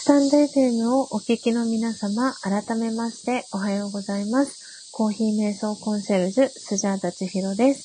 タンド FM をお聞きの皆様、改めましておはようございます。コーヒー瞑想コンシェルジュ、スジャータ千尋です。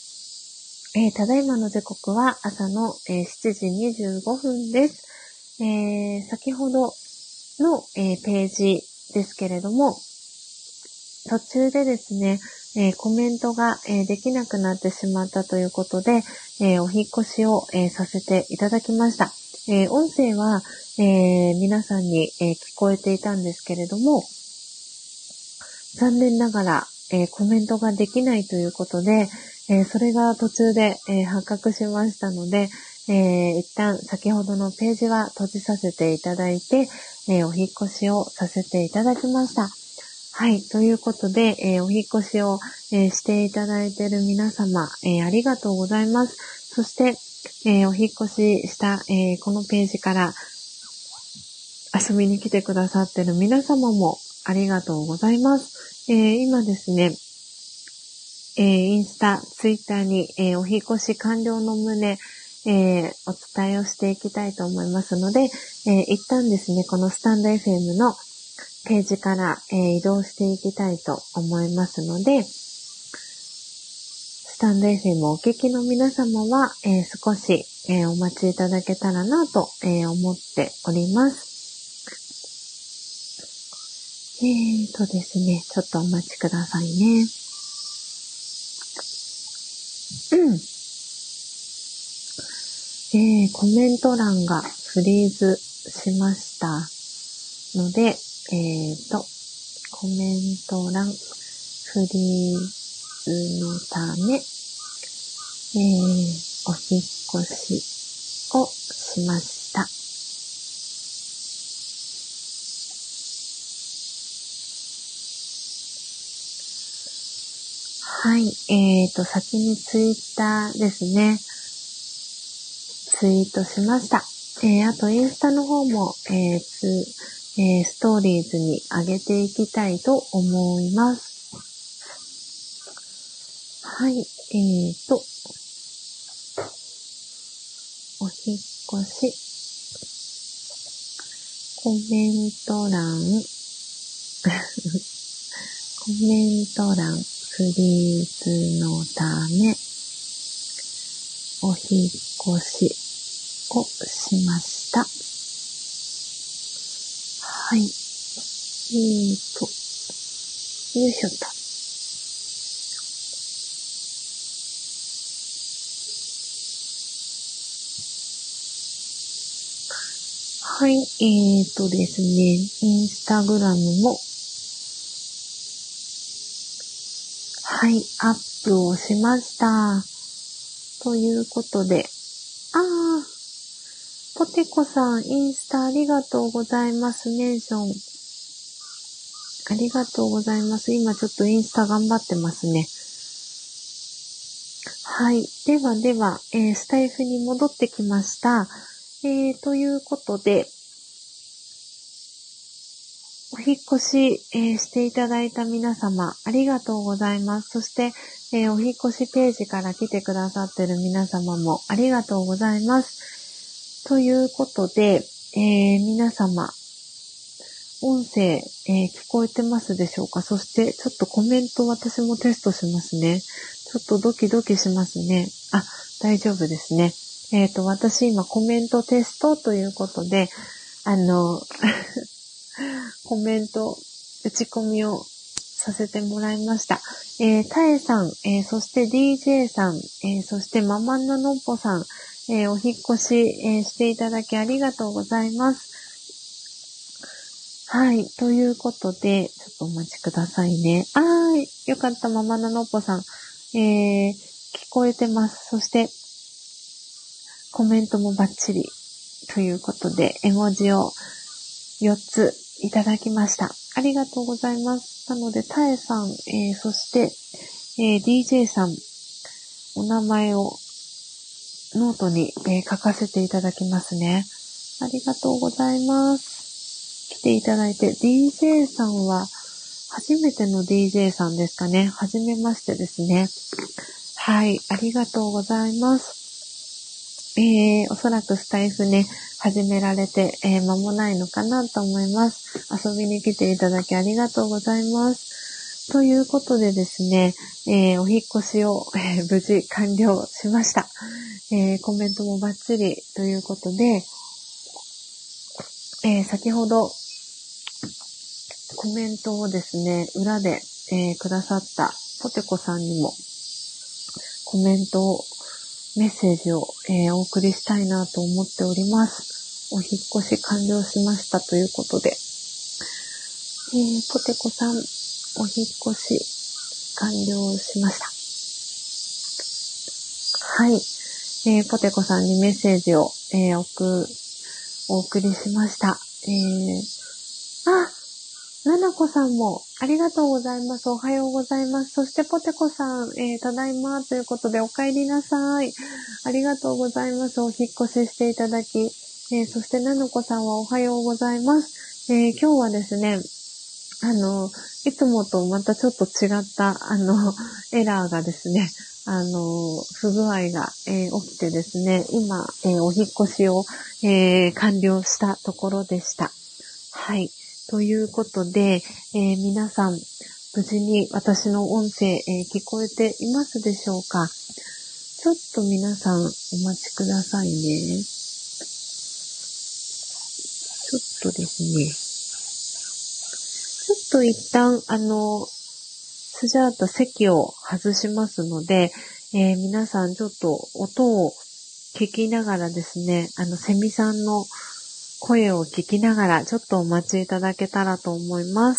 ただいまの時刻は朝の、7時25分です。先ほどの、ページですけれども、途中でですね、コメントが、できなくなってしまったということで、お引っ越しを、させていただきました。音声は、皆さんに、聞こえていたんですけれども、残念ながら、コメントができないということで、それが途中で、発覚しましたので、一旦先ほどのページは閉じさせていただいて、お引っ越しをさせていただきました。はい。ということで、お引っ越しを、していただいている皆様、ありがとうございます。そして、お引っ越しした、このページから遊びに来てくださっている皆様もありがとうございます。今ですね、インスタ、ツイッターに、お引っ越し完了の旨、お伝えをしていきたいと思いますので、一旦ですね、このスタンド FM のページから、移動していきたいと思いますので、スタンド FM をお聞きの皆様は、少し、お待ちいただけたらなと、思っております。ですね、ちょっとお待ちくださいね。コメント欄がフリーズしましたので、コメント欄フリーズのため、お引っ越しをしました。はい、先にツイッターですね、ツイートしました。あとインスタの方も、ストーリーズに上げていきたいと思います。はい、お引っ越し、コメント欄、コメント欄、フリーズのため、お引っ越しをしました。はい。よいしょっと。はい。ですね、インスタグラムも、はい、アップをしました。ということで、ポテコさん、インスタありがとうございます。メンション。ありがとうございます。今ちょっとインスタ頑張ってますね。はい。では、スタイフに戻ってきました。ということで、お引っ越し、していただいた皆様、ありがとうございます。そして、お引っ越しページから来てくださっている皆様もありがとうございます。ということで、皆様、音声、聞こえてますでしょうか？そして、ちょっとコメント私もテストしますね。ちょっとドキドキしますね。大丈夫ですね。私今コメントテストということで、コメント打ち込みをさせてもらいました。タエさん、そして DJ さん、そしてママンナノッポさん、お引っ越し、していただきありがとうございます。はい。ということで、ちょっとお待ちくださいね。よかった、ママナノッポさん。聞こえてます。そして、コメントもバッチリ。ということで、絵文字を4ついただきました。ありがとうございます。なので、タエさん、そして、DJ さん、お名前をノートに、書かせていただきますね。ありがとうございます。来ていただいて、DJ さんは初めての DJ さんですかね。初めましてですね。はい、ありがとうございます。 おそらくスタイフね、始められて、間もないのかなと思います。遊びに来ていただきありがとうございます。ということでですね、お引っ越しを、無事完了しました。コメントもバッチリということで、先ほどコメントをですね、裏で、くださったポテコさんにもコメントを、メッセージを、お送りしたいなと思っております。お引っ越し完了しましたということで、ポテコさん、お引っ越し完了しました。はい。ポテコさんにメッセージを、お送りしました。ななこさんもありがとうございます。おはようございます。そしてポテコさん、ただいまということでお帰りなさい。ありがとうございます。お引っ越ししていただき。そしてななこさんはおはようございます。今日はですね、いつもとまたちょっと違った、エラーがですね、不具合が、起きてですね、今、お引っ越しを、完了したところでした。はい。ということで、皆さん、無事に私の音声、聞こえていますでしょうか？ちょっと皆さんお待ちくださいね。ちょっとですね。ちょっと一旦、スジャータ席を外しますので、皆さんちょっと音を聞きながらですね、セミさんの声を聞きながらちょっとお待ちいただけたらと思います。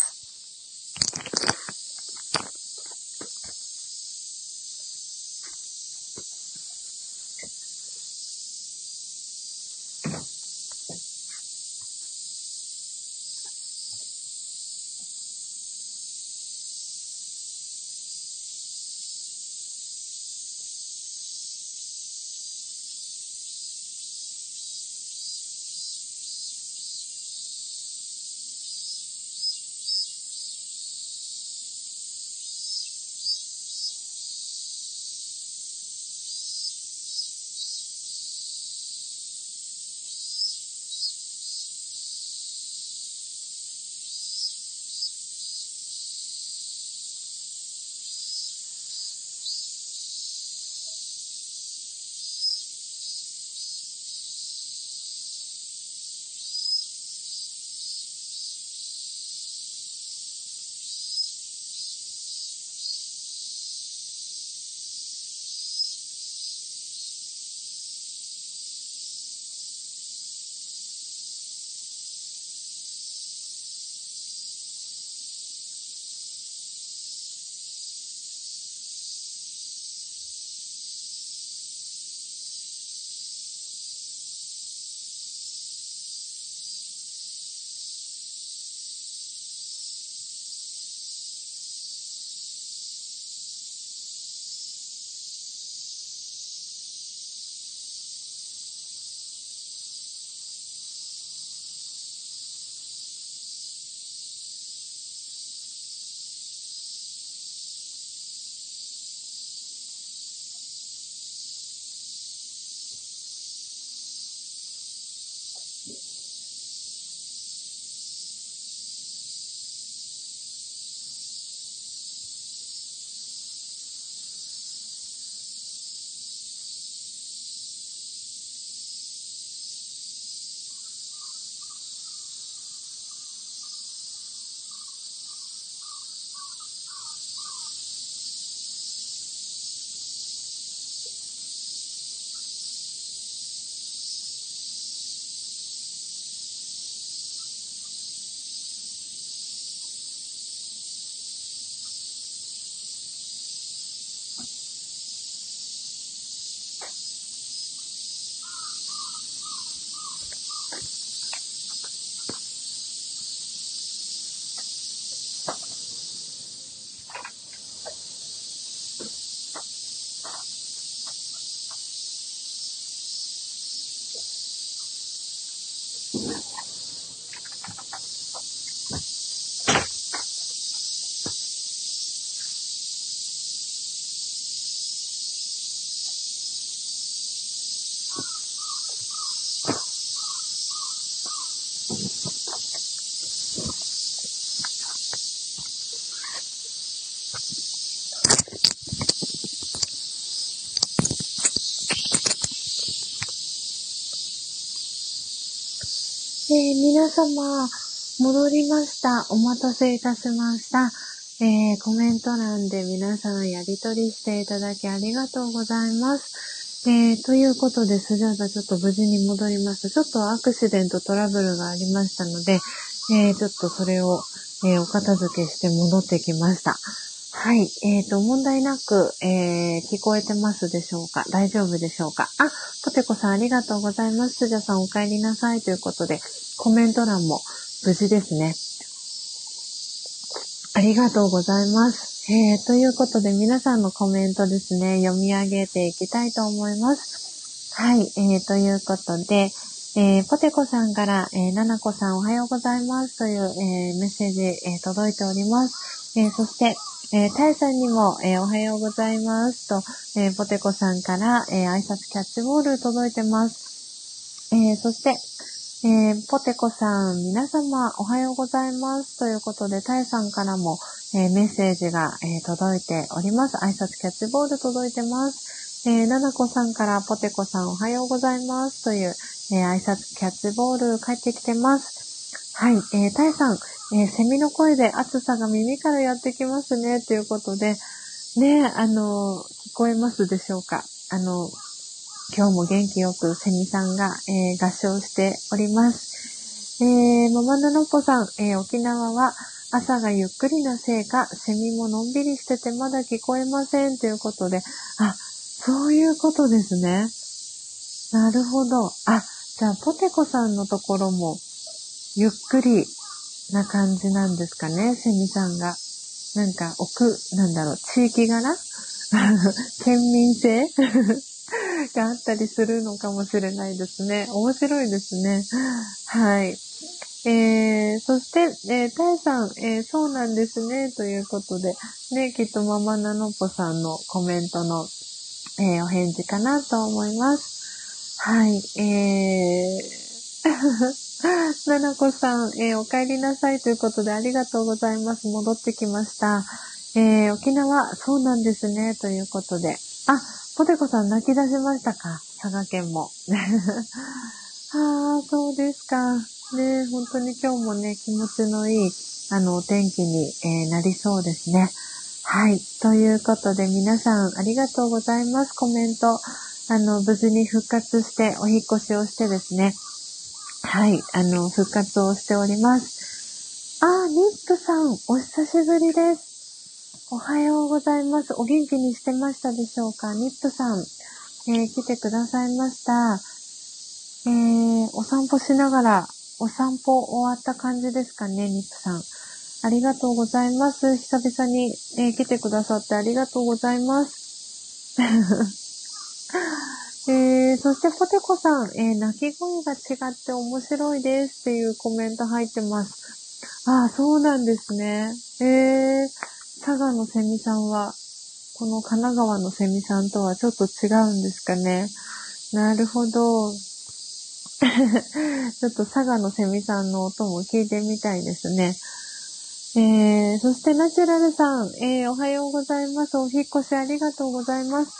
皆様、戻りました。お待たせいたしました。コメント欄で皆さんやり取りしていただきありがとうございます。ということで、スジャータちょっと無事に戻りました。ちょっとアクシデントトラブルがありましたので、ちょっとそれを、お片付けして戻ってきました。はい。問題なく、聞こえてますでしょうか？大丈夫でしょうか？あ、ポテコさんありがとうございます。スジャさんお帰りなさいということで、コメント欄も無事ですね。ありがとうございます。ということで皆さんのコメントですね、読み上げていきたいと思います。はい。ということで、ポテコさんから、ナナコさんおはようございますという、メッセージ、届いております。そして、タイさんにも、おはようございますと、ポテコさんから、挨拶キャッチボール届いてます。そして、ポテコさん、皆様おはようございますということで、タイさんからも、メッセージが、届いております。挨拶キャッチボール届いてます。ナナコさんからポテコさんおはようございますという、挨拶キャッチボール返ってきてます。はい、タイさん、セミの声で暑さが耳からやってきますねということで、ね、聞こえますでしょうか？今日も元気よくセミさんが、合唱しております。ママナノッポさん、沖縄は朝がゆっくりなせいか、セミものんびりしててまだ聞こえませんということで、あ、そういうことですね。なるほど。あ、じゃあポテコさんのところもゆっくりな感じなんですかね、セミさんが。なんかなんだろう、地域柄県民性があったりするのかもしれないですね。面白いですね。はい。そして、タイさん、そうなんですね、ということで、ね、きっとママナノポさんのコメントの、お返事かなと思います。はい、ななこさん、お帰りなさいということでありがとうございます。戻ってきました。沖縄、そうなんですね、ということで。あ、ポテコさん泣き出しましたか？佐賀県も。ああ、そうですか。ね、本当に今日もね、気持ちのいい、お天気に、なりそうですね。はい。ということで、皆さん、ありがとうございます。コメント。無事に復活して、お引っ越しをしてですね。はい。復活をしております。ニップさん、お久しぶりです。おはようございます。お元気にしてましたでしょうか？ニップさん、来てくださいました。お散歩しながら、お散歩終わった感じですかね、ニップさん。ありがとうございます。久々に、来てくださってありがとうございます。そしてポテコさん、鳴き声が違って面白いですっていうコメント入ってます。ああ、そうなんですね。佐賀のセミさんは、この神奈川のセミさんとはちょっと違うんですかね。なるほど。ちょっと佐賀のセミさんの音も聞いてみたいですね。そしてナチュラルさん、おはようございます。お引っ越しありがとうございます。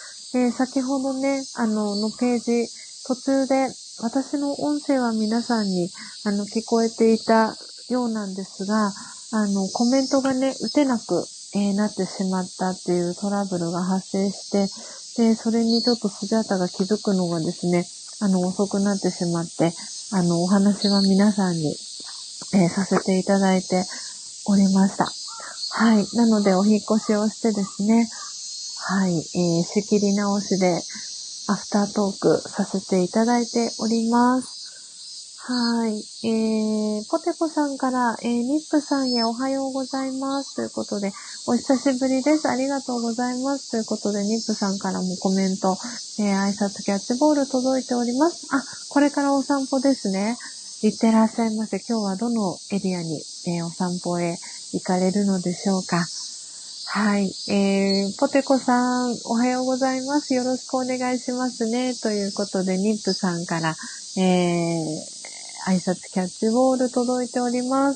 先ほどね、のページ、途中で私の音声は皆さんに、聞こえていたようなんですが、コメントがね、打てなく、なってしまったっていうトラブルが発生して、で、それにちょっとスジャータが気づくのがですね、遅くなってしまって、お話は皆さんに、させていただいておりました。はい。なので、お引っ越しをしてですね、はい。仕切り直しで、アフタートークさせていただいております。はい。ポテコさんから、ニップさんへおはようございます。ということで、お久しぶりです。ありがとうございます。ということで、ニップさんからもコメント、挨拶キャッチボール届いております。あ、これからお散歩ですね。行ってらっしゃいませ。今日はどのエリアに、お散歩へ行かれるのでしょうか。はい。ポテコさん、おはようございます。よろしくお願いしますね。ということで、ニップさんから、 挨拶キャッチボール届いております。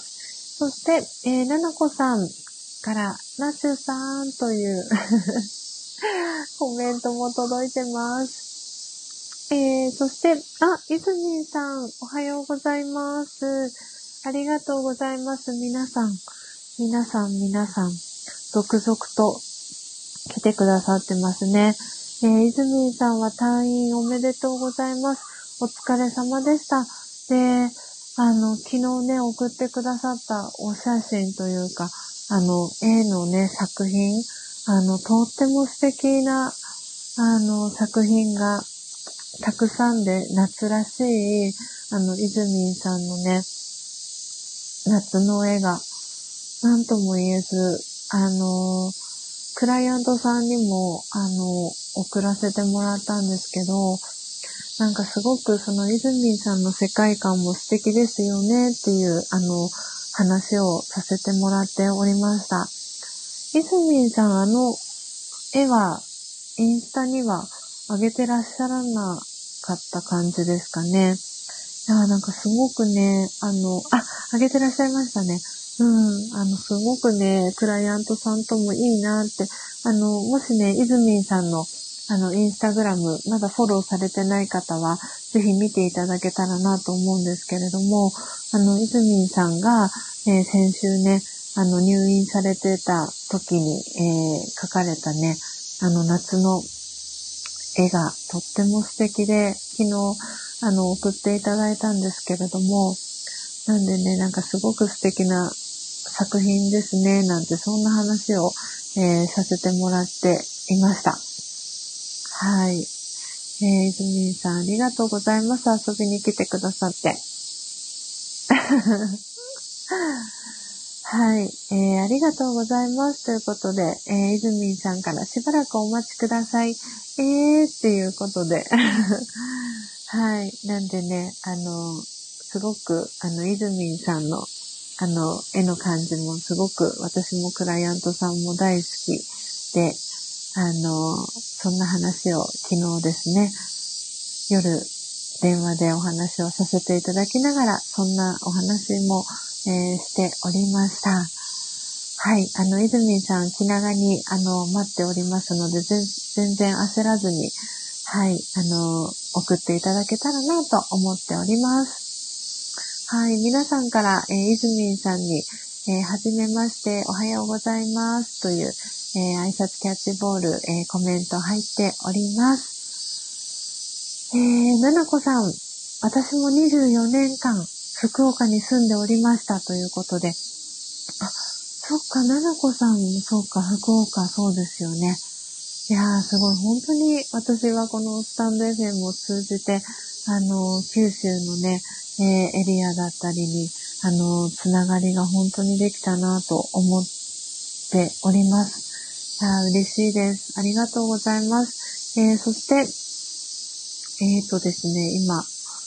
そして、ななこさんから、ナシュさんというコメントも届いてます。そして、イズミンさん、おはようございます。ありがとうございます。皆さん、続々と来てくださってますね。イズミンさんは退院おめでとうございます。お疲れ様でした。で、昨日ね、送ってくださったお写真というか、絵のね、作品、とっても素敵な、作品がたくさんで、夏らしい、イズミンさんのね、夏の絵が、なんとも言えず、クライアントさんにも、送らせてもらったんですけど、なんかすごくそのイズミンさんの世界観も素敵ですよねっていう、話をさせてもらっておりました。イズミンさん、絵は、インスタには上げてらっしゃらなかった感じですかね。なんかすごくね、上げてらっしゃいましたね。すごくね、クライアントさんともいいなって、もしね、イズミンさんの、インスタグラム、まだフォローされてない方は、ぜひ見ていただけたらなと思うんですけれども、イズミンさんが、先週ね、入院されてた時に、描かれたね、夏の絵がとっても素敵で、昨日、送っていただいたんですけれども、なんでね、なんかすごく素敵な作品ですね、なんてそんな話を、させてもらっていました。はい。イズミンさんありがとうございます。遊びに来てくださって。はい。ありがとうございます。ということで、イズミンさんからしばらくお待ちください。っていうことで。はい。なんでね、すごく、イズミンさんの、絵の感じもすごく、私もクライアントさんも大好きで、そんな話を昨日ですね、夜、電話でお話をさせていただきながら、そんなお話も、しておりました。はい。イズミンさん、気長に、待っておりますので、全然焦らずに、はい。送っていただけたらなと思っております。はい。皆さんから、イズミンさんに、はじめまして、おはようございますという、挨拶キャッチボール、コメント入っております。ななこさん、私も24年間、福岡に住んでおりましたということで、そっか、ななこさんもそうか、福岡、そうですよね。いやー、すごい、本当に私はこのスタンド FM を通じて、九州のね、エリアだったりに、つながりが本当にできたなと思っております。嬉しいです。ありがとうございます。そして、ですね、今、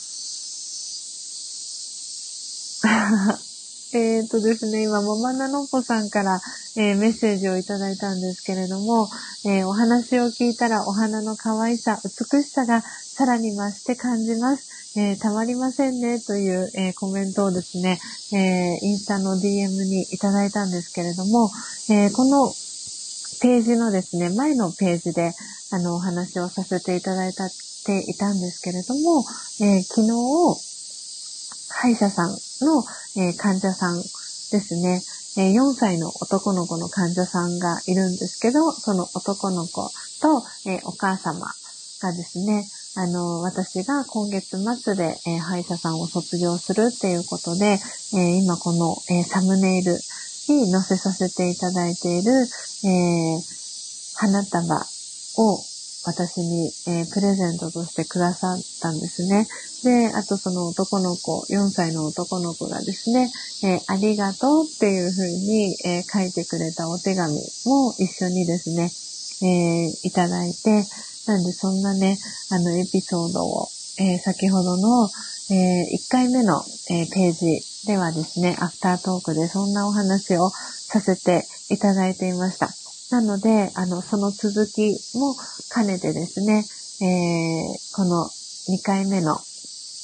ですね、今、ママナノポさんから、メッセージをいただいたんですけれども、お話を聞いたらお花の可愛さ、美しさがさらに増して感じます。たまりませんね、という、コメントをですね、インスタの DM にいただいたんですけれども、このページのですね、前のページで、お話をさせていただいていたんですけれども、昨日、歯医者さんの、患者さんですね。4歳の男の子の患者さんがいるんですけど、その男の子と、お母様がですね、私が今月末で、歯医者さんを卒業するっていうことで、今この、サムネイルに載せさせていただいている、花束を私に、プレゼントとしてくださったんですね。で、あとその男の子、4歳の男の子がですね、ありがとうっていう風に、書いてくれたお手紙も一緒にですね、いただいて、なんでそんなね、エピソードを、先ほどの、1回目の、ページではですね、アフタートークでそんなお話をさせていただいていました。なので、その続きも兼ねてですね、この2回目の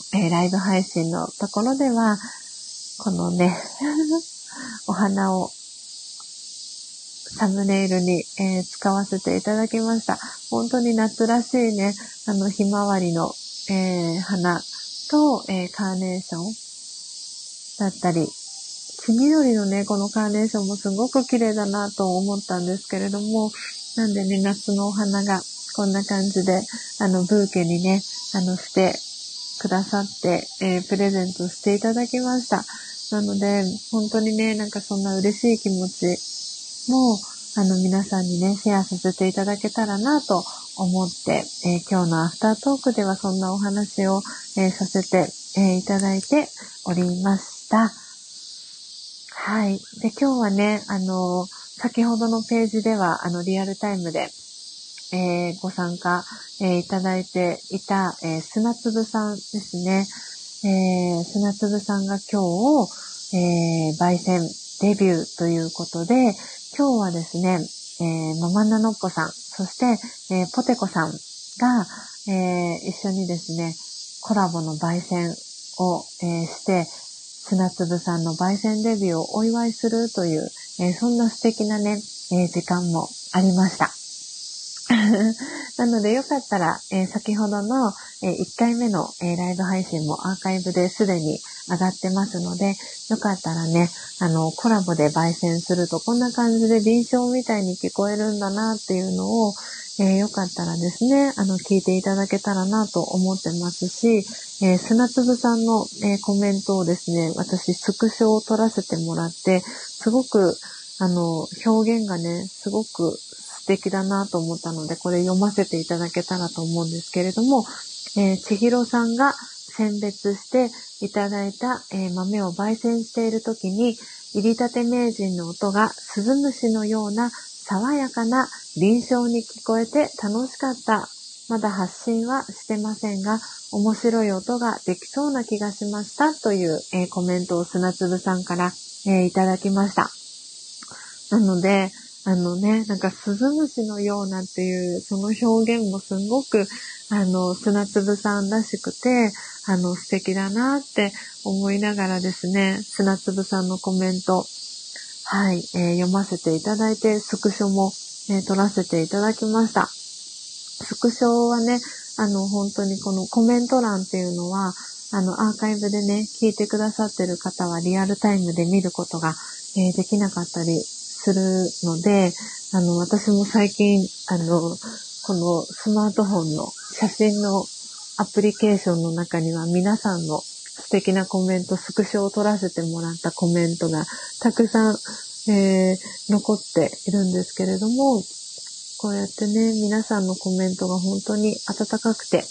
ライブ配信のところでは、このね、お花をサムネイルに、使わせていただきました。本当に夏らしいね、ひまわりの、花と、カーネーションだったり、黄緑のね、このカーネーションもすごく綺麗だなと思ったんですけれども、なんでね、夏のお花がこんな感じで、ブーケにね、してくださって、プレゼントしていただきました。なので、本当にね、なんかそんな嬉しい気持ちも、皆さんにね、シェアさせていただけたらなと思って、今日のアフタートークではそんなお話を、させて、いただいておりました。はい。で、今日はね、先ほどのページでは、リアルタイムで、ご参加、いただいていた、砂粒さんですね。砂粒さんが今日、焙煎デビューということで、今日はですね、ママナノッポさん、そして、ポテコさんが、一緒にですね、コラボの焙煎を、して、砂粒さんの焙煎デビューをお祝いするという、そんな素敵なね、時間もありました。なのでよかったら、先ほどの、1回目の、ライブ配信もアーカイブですでに上がってますので、よかったらね、コラボで焙煎するとこんな感じで臨床みたいに聞こえるんだなっていうのを、よかったらですね、聞いていただけたらなと思ってますし、砂粒さんの、コメントをですね、私スクショを撮らせてもらって、すごく、表現がね、すごく素敵だなと思ったので、これ読ませていただけたらと思うんですけれども、千尋さんが選別していただいた、豆を焙煎している時に、入りたて名人の音がスズムシのような爽やかな臨床に聞こえて楽しかった。まだ発信はしてませんが、面白い音ができそうな気がしましたという、コメントを砂粒さんから、いただきました。なので、なんかスズムシのようなっていう、その表現もすごく、砂粒さんらしくて、素敵だなって思いながらですね、砂粒さんのコメント、はい、読ませていただいて、スクショも、撮らせていただきました。スクショはね、本当にこのコメント欄っていうのは、アーカイブでね、聞いてくださってる方はリアルタイムで見ることが、できなかったりするので、私も最近、このスマートフォンの写真のアプリケーションの中には皆さんの素敵なコメント、スクショを撮らせてもらったコメントがたくさん、残っているんですけれども、こうやってね、皆さんのコメントが本当に温かくて、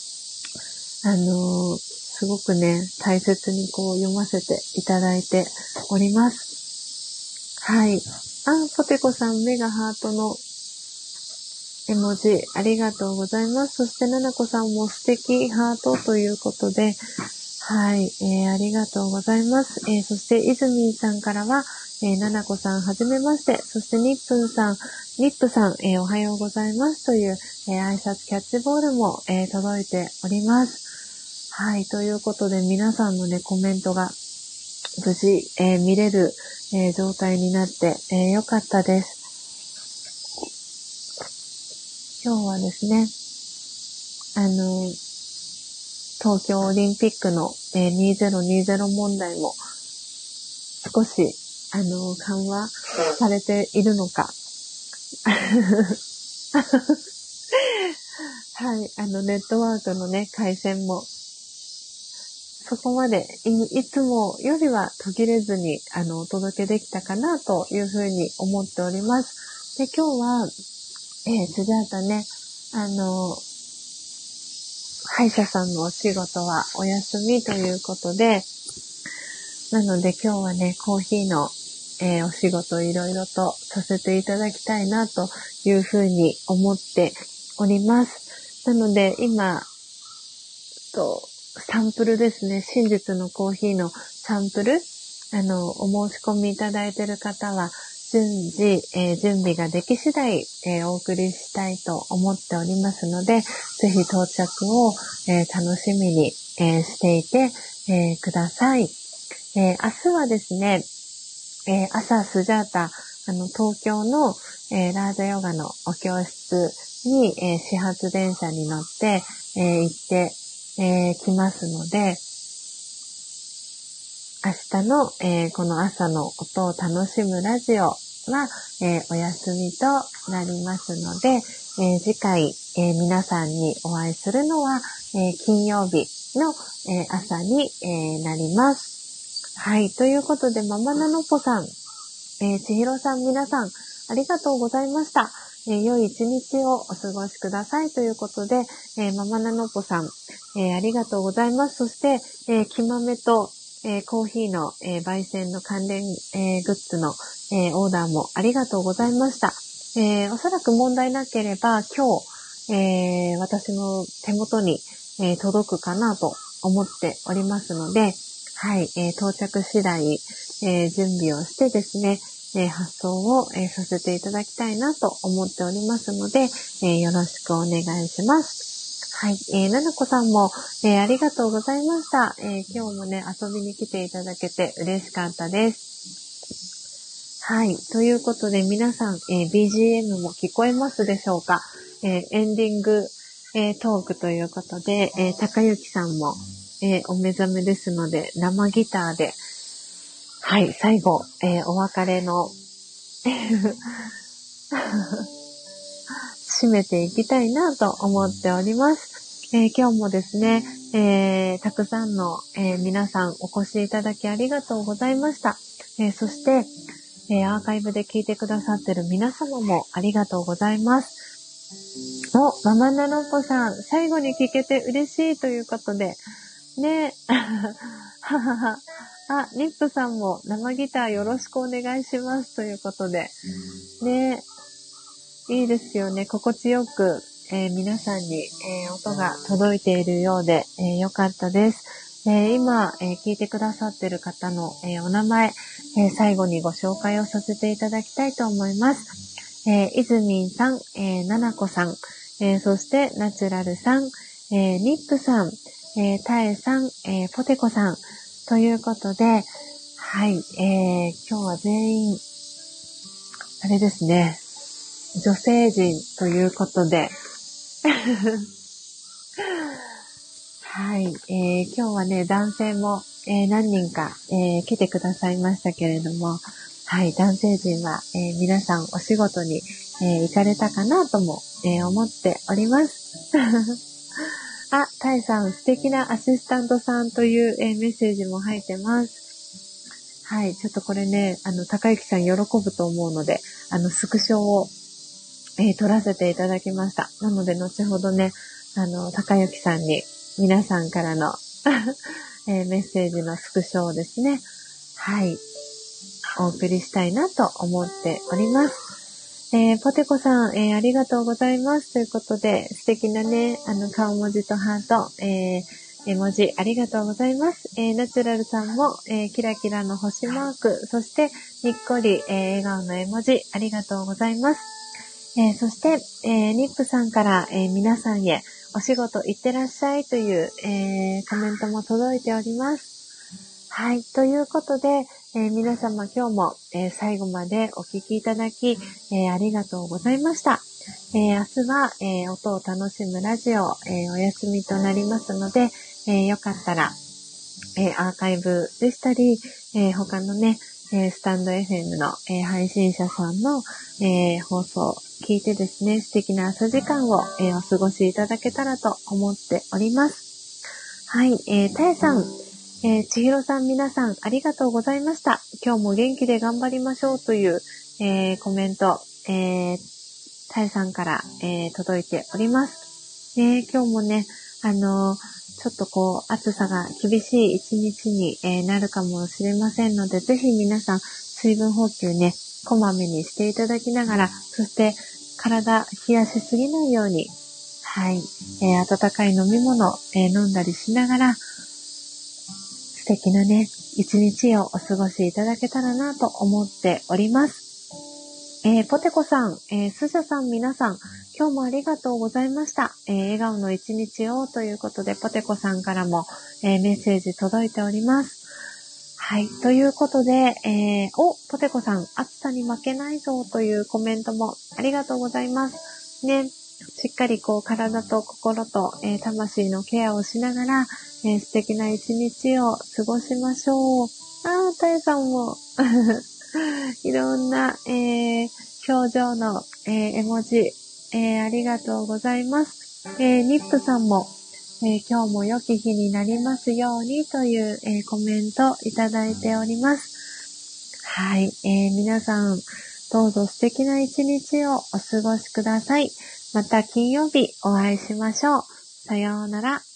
すごくね、大切にこう読ませていただいております。はい。ポテコさん、目がハートの絵文字、ありがとうございます。そして、ななこさんも素敵ハートということで、はい、ありがとうございます。そして、いずみんさんからは、ななこさん、はじめまして。そして、ニップさん、おはようございます。という、挨拶キャッチボールも、届いております。はい、ということで、皆さんのね、コメントが、無事、見れる、状態になって、よかったです。今日はですね、東京オリンピックの、2020問題も少し、緩和されているのか。はい、ネットワークのね、回線も、そこまでいつもよりは途切れずに、お届けできたかなというふうに思っております。で、今日は、スジャータね、歯医者さんのお仕事はお休みということで、なので今日はね、コーヒーの、お仕事をいろいろとさせていただきたいなというふうに思っております。なので今、サンプルですね、真実のコーヒーのサンプル、お申し込みいただいている方は、 順次、準備ができ次第、お送りしたいと思っておりますので、ぜひ到着を、楽しみに、していて、ください。明日はですね、朝スジャータ、東京の、ラージャヨガのお教室に、始発電車に乗って、行って、きますので、明日の、この朝の音を楽しむラジオは、お休みとなりますので、次回、皆さんにお会いするのは、金曜日の、朝に、なります。はい。ということで、ママナノポさん、千尋さん、皆さん、ありがとうございました。良い一日をお過ごしくださいということで、ママナノポさん、ありがとうございます。そして、木豆と、コーヒーの、焙煎の関連、グッズの、オーダーもありがとうございました。おそらく問題なければ今日、私の手元に、届くかなと思っておりますので、はい、到着次第、準備をしてですね、発送を、させていただきたいなと思っておりますので、よろしくお願いします。はい、ななこさんも、ありがとうございました。今日もね、遊びに来ていただけて嬉しかったです。はい、ということで皆さん、BGM も聞こえますでしょうか？エンディング、トークということで、高幸さんも、お目覚めですので、生ギターで、はい、最後、お別れの締めていきたいなと思っております。今日もですね、たくさんの、皆さんお越しいただきありがとうございました。そして、アーカイブで聞いてくださってる皆様もありがとうございます。ママナノポさん、最後に聞けて嬉しいということで、ね、ははは。あ、ニップさんも生ギターよろしくお願いしますということで、ね、いいですよね。心地よく、皆さんに、音が届いているようで、よかったです。今、聞いてくださっている方の、お名前、最後にご紹介をさせていただきたいと思います。いずみんさん、ななこさん、そしてナチュラルさん、ニップさん、たえさん、ポテコさん、ということで、はい、今日は全員、あれですね、女性陣ということで、はい、今日はね、男性も、何人か、来てくださいましたけれども、はい、男性陣は、皆さんお仕事に、行かれたかなとも、思っております。あ、タイさん、素敵なアシスタントさんという、メッセージも入ってます。はい、ちょっとこれね、高幸さん喜ぶと思うので、スクショを、撮らせていただきました。なので、後ほどね、高幸さんに、皆さんからのメッセージのスクショをですね、はい、お送りしたいなと思っております。ポテコさん、ありがとうございます。ということで、素敵なね、顔文字とハート、絵文字、ありがとうございます。ナチュラルさんも、キラキラの星マーク、そして、にっこり、笑顔の絵文字、ありがとうございます。そして、ニップさんから、皆さんへ、お仕事行ってらっしゃいという、コメントも届いております。はい。ということで、皆様今日も、最後までお聞きいただき、ありがとうございました。明日は、音を楽しむラジオ、お休みとなりますので、よかったら、アーカイブでしたり、他のね、スタンド FM の、配信者さんの、放送聞いてですね、素敵な朝時間を、お過ごしいただけたらと思っております。はい、たえさん、千尋さん皆さんありがとうございました。今日も元気で頑張りましょうという、コメント、たえさんから、届いております。今日もね、ちょっとこう、暑さが厳しい一日に、なるかもしれませんので、ぜひ皆さん、水分補給ね、こまめにしていただきながら、そして、体冷やしすぎないように、はい、温かい飲み物、飲んだりしながら、素敵なね、一日をお過ごしいただけたらなと思っております。 ポテコさん、スジャさん皆さん、今日もありがとうございました。笑顔の一日をということで、ポテコさんからも、メッセージ届いております。はい。ということで、ポテコさん、暑さに負けないぞというコメントもありがとうございます。ね。しっかり体と心と、魂のケアをしながら、素敵な一日を過ごしましょう。タエさんも、いろんな、表情の、絵文字、ありがとうございます。ニップさんも、今日も良き日になりますようにという、コメントいただいております。はい、皆さんどうぞ素敵な一日をお過ごしください。また金曜日お会いしましょう。さようなら。